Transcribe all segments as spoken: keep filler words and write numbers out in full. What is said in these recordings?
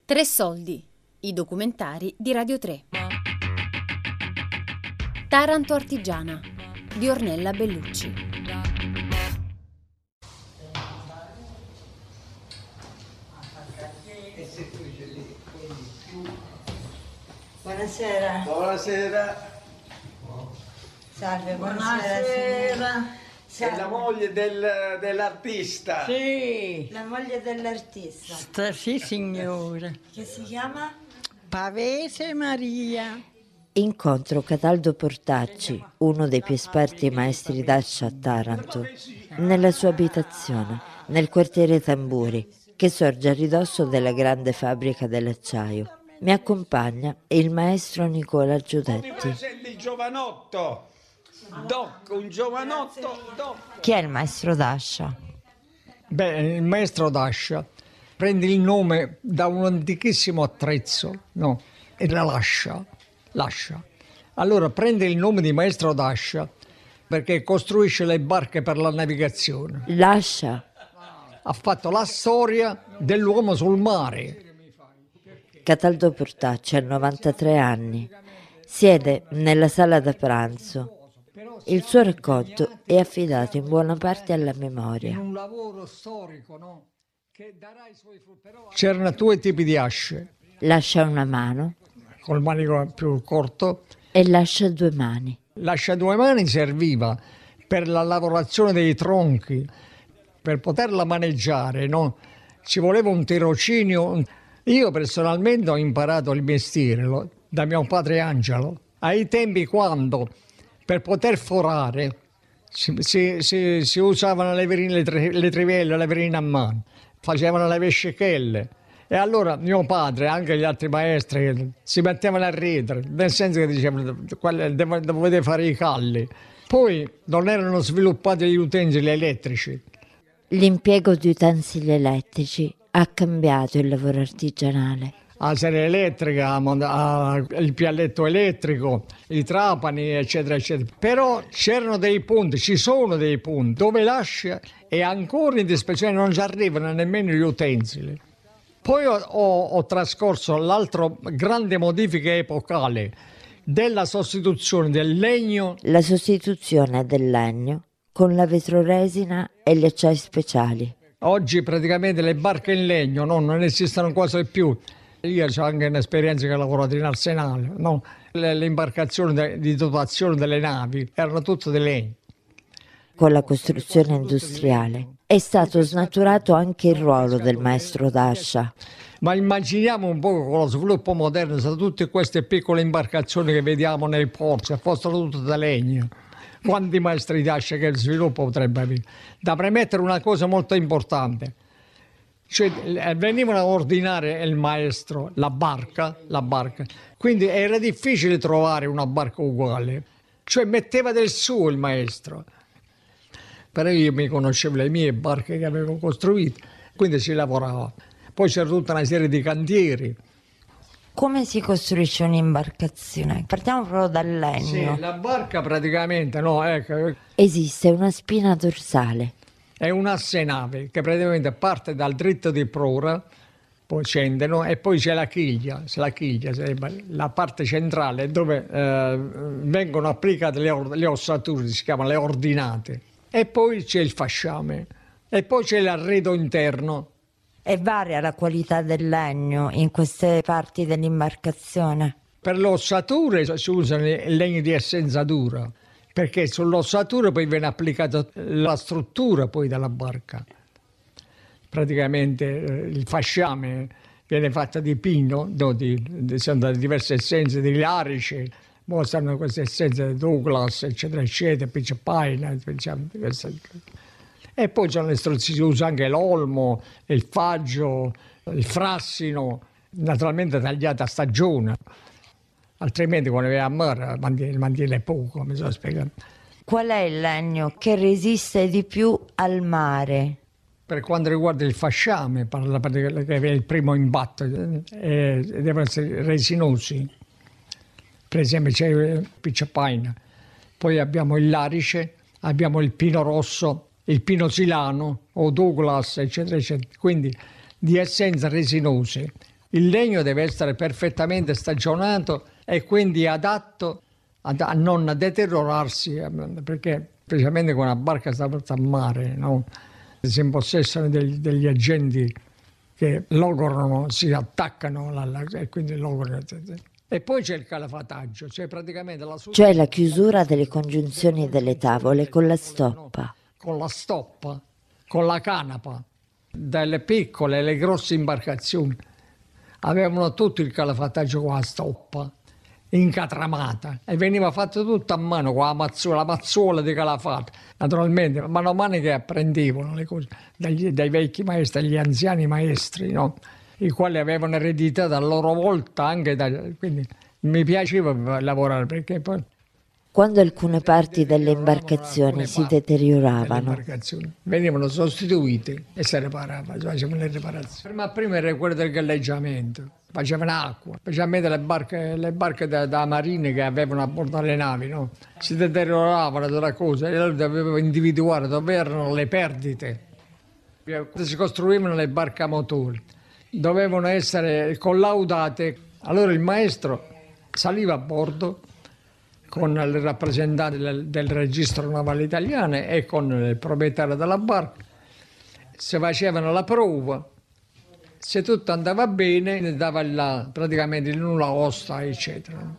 Tre soldi, i documentari di Radio tre. Taranto artigiana di Ornella Bellucci. Buonasera. Buonasera. Salve, buonasera. Buonasera. È la moglie del, dell'artista. Sì, La moglie dell'artista. sta- sì signora. Che si chiama? Pavese Maria. Incontro Cataldo Portacci, uno dei più esperti maestri d'ascia a Taranto, nella sua abitazione, nel quartiere Tamburi, che sorge a ridosso della grande fabbrica dell'acciaio. Mi accompagna il maestro Nicola Mi Giudetti. presenti il giovanotto. Doc, un giovanotto. Doc. Chi è il maestro d'ascia? Beh, il maestro d'ascia prende il nome da un antichissimo attrezzo, no? E la lascia, lascia. Allora prende il nome di maestro d'ascia perché costruisce le barche per la navigazione. L'ascia? Ha fatto la storia dell'uomo sul mare. Cataldo Portacci ha novantatré anni. Siede nella sala da pranzo. Il suo racconto è affidato in buona parte alla memoria. Un lavoro storico, no? Che darà i suoi frutti. Però c'erano due tipi di asce, L'ascia a una mano col manico più corto. e l'ascia a due mani. L'ascia a due mani serviva per la lavorazione dei tronchi, per poterla maneggiare, no? Ci voleva un tirocinio. Io personalmente ho imparato il mestiere lo- da mio padre Angelo, ai tempi quando per poter forare si, si- si- si usavano le, verine, le, tri- le trivelle, le verine a mano, facevano le vescichelle. E allora mio padre e anche gli altri maestri si mettevano a ridere, nel senso che dicevano "Quelle- devo- dovete fare i calli". Poi non erano sviluppati gli utensili elettrici. L'impiego di utensili elettrici ha cambiato il lavoro artigianale. La serie elettrica, a mon- a- il pialletto elettrico, i trapani, eccetera, eccetera. Però c'erano dei punti, ci sono dei punti dove l'ascia è ancora indispensabile, non ci arrivano nemmeno gli utensili. Poi ho, ho- ho trascorso l'altro grande modifica epocale della sostituzione del legno. La sostituzione del legno con la vetroresina e gli acciai speciali. Oggi praticamente le barche in legno no, non esistono quasi più. Io ho anche un'esperienza che ho lavorato in arsenale, no? le, le imbarcazioni de- di dotazione delle navi erano tutte di legno. Con la costruzione industriale è stato snaturato anche il ruolo del maestro d'ascia. Ma immaginiamo un po' con lo sviluppo moderno, se tutte queste piccole imbarcazioni che vediamo nei porti, se fossero tutte da legno, quanti maestri d'ascia che il sviluppo potrebbe avere. Da premettere una cosa molto importante. Cioè, eh, venivano a ordinare il maestro la barca, la barca, quindi era difficile trovare una barca uguale, cioè metteva del suo il maestro. Però io mi conoscevo le mie barche che avevo costruito, quindi si lavorava. Poi c'era tutta una serie di cantieri. Come si costruisce un'imbarcazione? Partiamo proprio dal legno. Sì, la barca praticamente, no, ecco, Esiste una spina dorsale. è un asse nave che praticamente parte dal dritto di prora, poi scende, no? E poi c'è la chiglia, la chiglia sarebbe la parte centrale dove eh, vengono applicate le, or- le ossature, si chiamano le ordinate. E poi c'è il fasciame. E poi c'è l'arredo interno. E varia la qualità del legno in queste parti dell'imbarcazione? Per le ossature si usano i legni di essenza dura, perché sull'ossatura poi viene applicata la struttura poi della barca. Praticamente eh, il fasciame viene fatto di pino, no, di, di, sono da diverse essenze, di larice, mostrano queste essenze di Douglas, eccetera, eccetera, Pitch Pine, diciamo, queste. E poi c'è le struzzi, si usa anche l'olmo, il faggio, il frassino, naturalmente tagliato a stagione, altrimenti quando vai a mare mantiene, mantiene poco, mi sono spiegato. Qual è il legno che resiste di più al mare? Per quanto riguarda il fasciame, parla che è il primo impatto, eh, devono essere resinosi. Per esempio c'è il Pitch Pine, poi abbiamo il larice, abbiamo il pino rosso, il pino silano o Douglas, eccetera, eccetera. Quindi di essenza resinose. Il legno deve essere perfettamente stagionato e quindi adatto a, a non deteriorarsi, perché specialmente quando la barca sta a mare, no? Si impossessano degli, degli agenti che logorano, si attaccano alla, alla, e quindi logorano. E poi c'è il calafataggio, cioè praticamente la Cioè la chiusura delle congiunzioni delle tavole con la stoppa. Con la stoppa, con la canapa, dalle piccole alle grosse imbarcazioni. Avevano tutto il calafataggio con la stoppa, incatramata, e veniva fatto tutto a mano con la mazzola, la mazzola di calafata. Naturalmente, mano a mano che apprendevano le cose dagli, dai vecchi maestri, dagli anziani maestri, no? I quali avevano ereditato a loro volta anche da... Quindi mi piaceva lavorare perché poi... Quando alcune parti delle imbarcazioni si deterioravano, venivano sostituite e si riparavano, facevano le riparazioni. Ma prima era quello del galleggiamento, facevano acqua, specialmente le barche, le barche da, da marine che avevano a bordo le navi, no? Si deterioravano della cosa e allora dovevo individuare dove erano le perdite. Si costruivano le barche a motore, dovevano essere collaudate. Allora il maestro saliva a bordo con il rappresentante del, del registro navale italiano e con il proprietario della barca. Si facevano la prova, se tutto andava bene, dava la, praticamente il nulla osta, eccetera.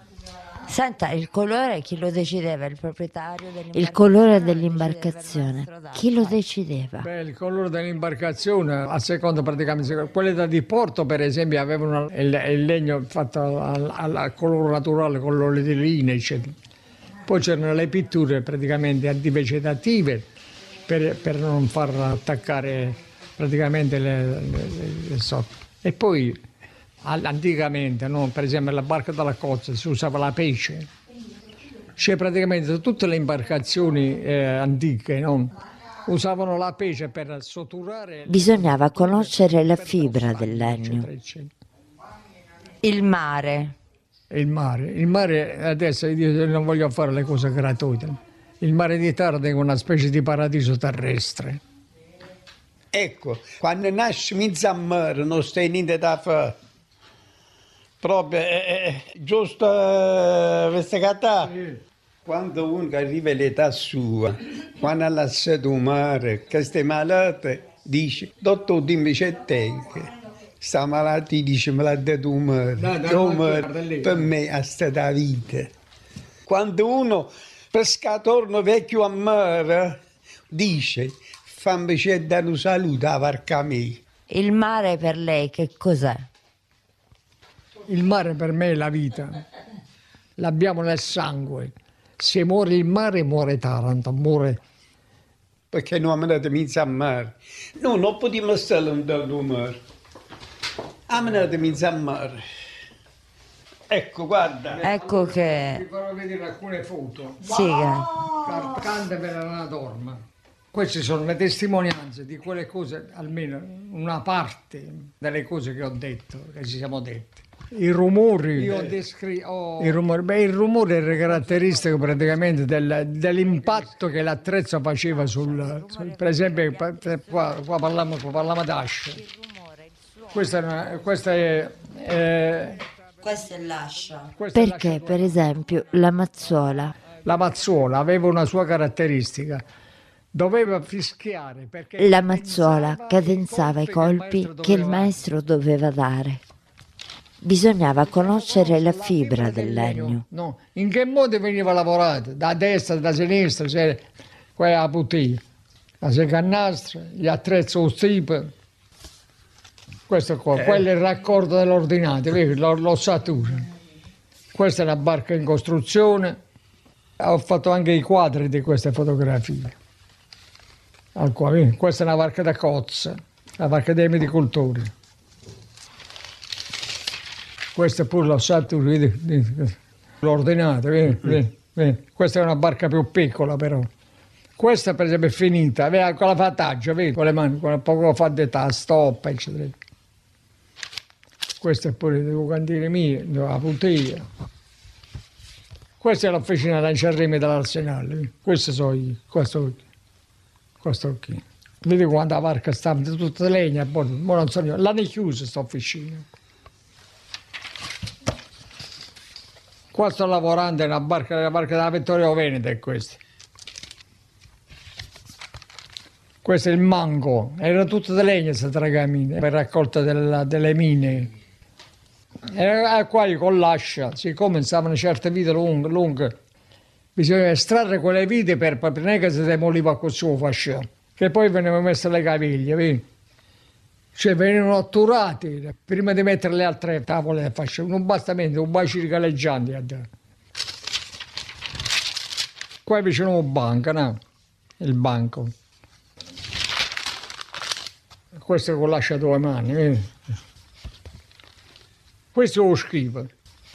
Senta, il colore chi lo decideva? Il proprietario dell'imbarcazione? il colore dell'imbarcazione, chi lo decideva? Beh, il colore dell'imbarcazione, a seconda praticamente, quelle da diporto per esempio avevano il, il legno fatto al, al colore naturale con l'olivina, eccetera. Poi c'erano le pitture praticamente antivegetative per, per non far attaccare praticamente le, le, le, le sotto. E poi anticamente, no? Per esempio la barca della cozza si usava la pece. C'è praticamente tutte le imbarcazioni eh, antiche, no? Usavano la pece per sotturare. Bisognava conoscere la fibra del legno. Il mare. Il mare. Il mare, adesso io non voglio fare le cose gratuite. Il mare di Taranto è una specie di paradiso terrestre. Ecco, quando nasci in mare non stai niente da fare. Proprio, eh, giusto eh, questa catà. Sì. Quando uno arriva all'età sua, quando ha lasciato il mare, che stai malate, dice, dottore dimmi c'è te, sta malattia dice me l'ha dato il mare, no, no, il mare per me è stata vita. Quando uno pescatore vecchio a mare dice, fammi c'è da un saluto a varca me. Il mare per lei che cos'è? Il mare per me è la vita, l'abbiamo nel sangue. Se muore il mare, muore Taranto, muore. Perché non andate mezzo a mare? No, non possiamo stare lontano dal mare. Andate mezzo a mare. Ecco, guarda. Ecco che... Vi farò vedere alcune foto. Sì. Cartante per la norma. Queste sono le testimonianze di quelle cose, almeno una parte delle cose che ho detto, che ci siamo detti. I rumori, io descri- oh. il, rumore, beh, il rumore era caratteristico praticamente del, dell'impatto che l'attrezzo faceva sul, sul per esempio qua, qua parliamo, parliamo d'ascia. Questa è, una, questa è, eh, questa è l'ascia. Perché per esempio la mazzola? La mazzola aveva una sua caratteristica. Doveva fischiare perché la mazzola cadenzava i colpi che il maestro doveva dare. Bisognava conoscere la fibra del legno. No. In che modo veniva lavorato? Da destra, da sinistra, c'era quella la bottiglia, la secannastra, gli attrezzi, lo strip. Questo qua, eh. quello è il raccordo dell'ordinato, vedi, l'ossatura. Questa è una barca in costruzione. Ho fatto anche i quadri di queste fotografie. Qua, questa è una barca da cozza, la barca dei medicoltori. Questa è pure l'ossatura, l'ordinato, vedi, vedi, vedi. Questa è una barca più piccola però. Questa per esempio è finita, vedi, con la fattaggia, vedi, con le mani, con poco fa di ta, stoppa, eccetera. Questa è pure le locandine mie, la bottiglia. Questa è l'officina d'Anciarrimi dell'Arsenale, queste sono io, questo, questo qui. Vedi quando la barca sta tutta legna, ma non so, l'hanno chiusa questa officina. Qua sto lavorando nella barca, nella barca della Vittorio Veneto, è questa. Questo è il mango, era tutto di legno questa tragamine, per raccolta della, delle mine. E qua con l'ascia, siccome stavano certe vite lunghe, lunghe, bisogna estrarre quelle vite per, per non è che si demoliva col suo fascia, che poi venivano messe le caviglie, vedi? Cioè venivano otturati prima di mettere le altre tavole di fascia, non basta mettere un bacino galleggianti. Qua vicino un banco, no? Il banco. Questo è con l'ascia due mani, vedi? Questo è lo schifo.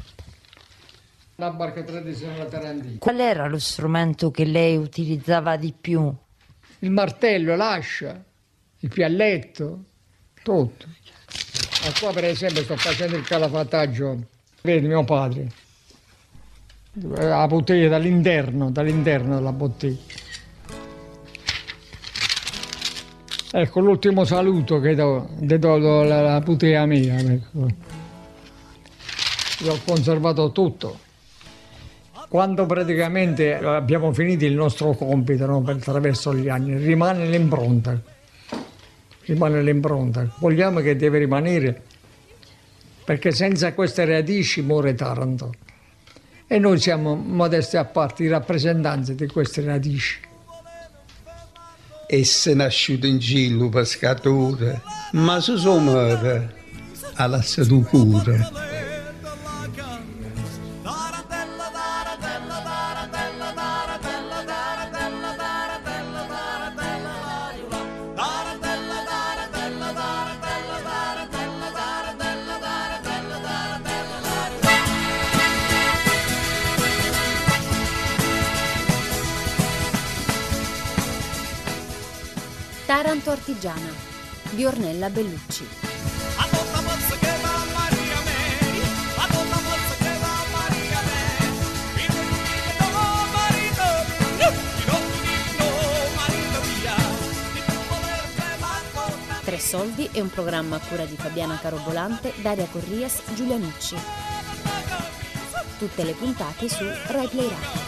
La barca tradizionale tarantina. Qual era lo strumento che lei utilizzava di più? Il martello, l'ascia, il pialletto, tutto. Ma qua per esempio sto facendo il calafataggio, vedi mio padre, la bottiglia dall'interno, dall'interno della bottiglia. Ecco l'ultimo saluto che do, do, do la, la bottiglia mia. Ecco. Io ho conservato tutto. Quando praticamente abbiamo finito il nostro compito, no, attraverso gli anni, rimane l'impronta. Rimane l'impronta. Vogliamo che deve rimanere, perché senza queste radici muore Taranto. E noi siamo, modesti a parte, i rappresentanti di queste radici. Esse nasciuto in gillo pescatore, ma se sono morto, ha lasciato pure. Taranto Artigiana di Ornella Bellucci. Tre soldi è un programma a cura di Fabiana Carobolante, Daria Corrias, Giulia Nucci. Tutte le puntate su Rai Play Radio.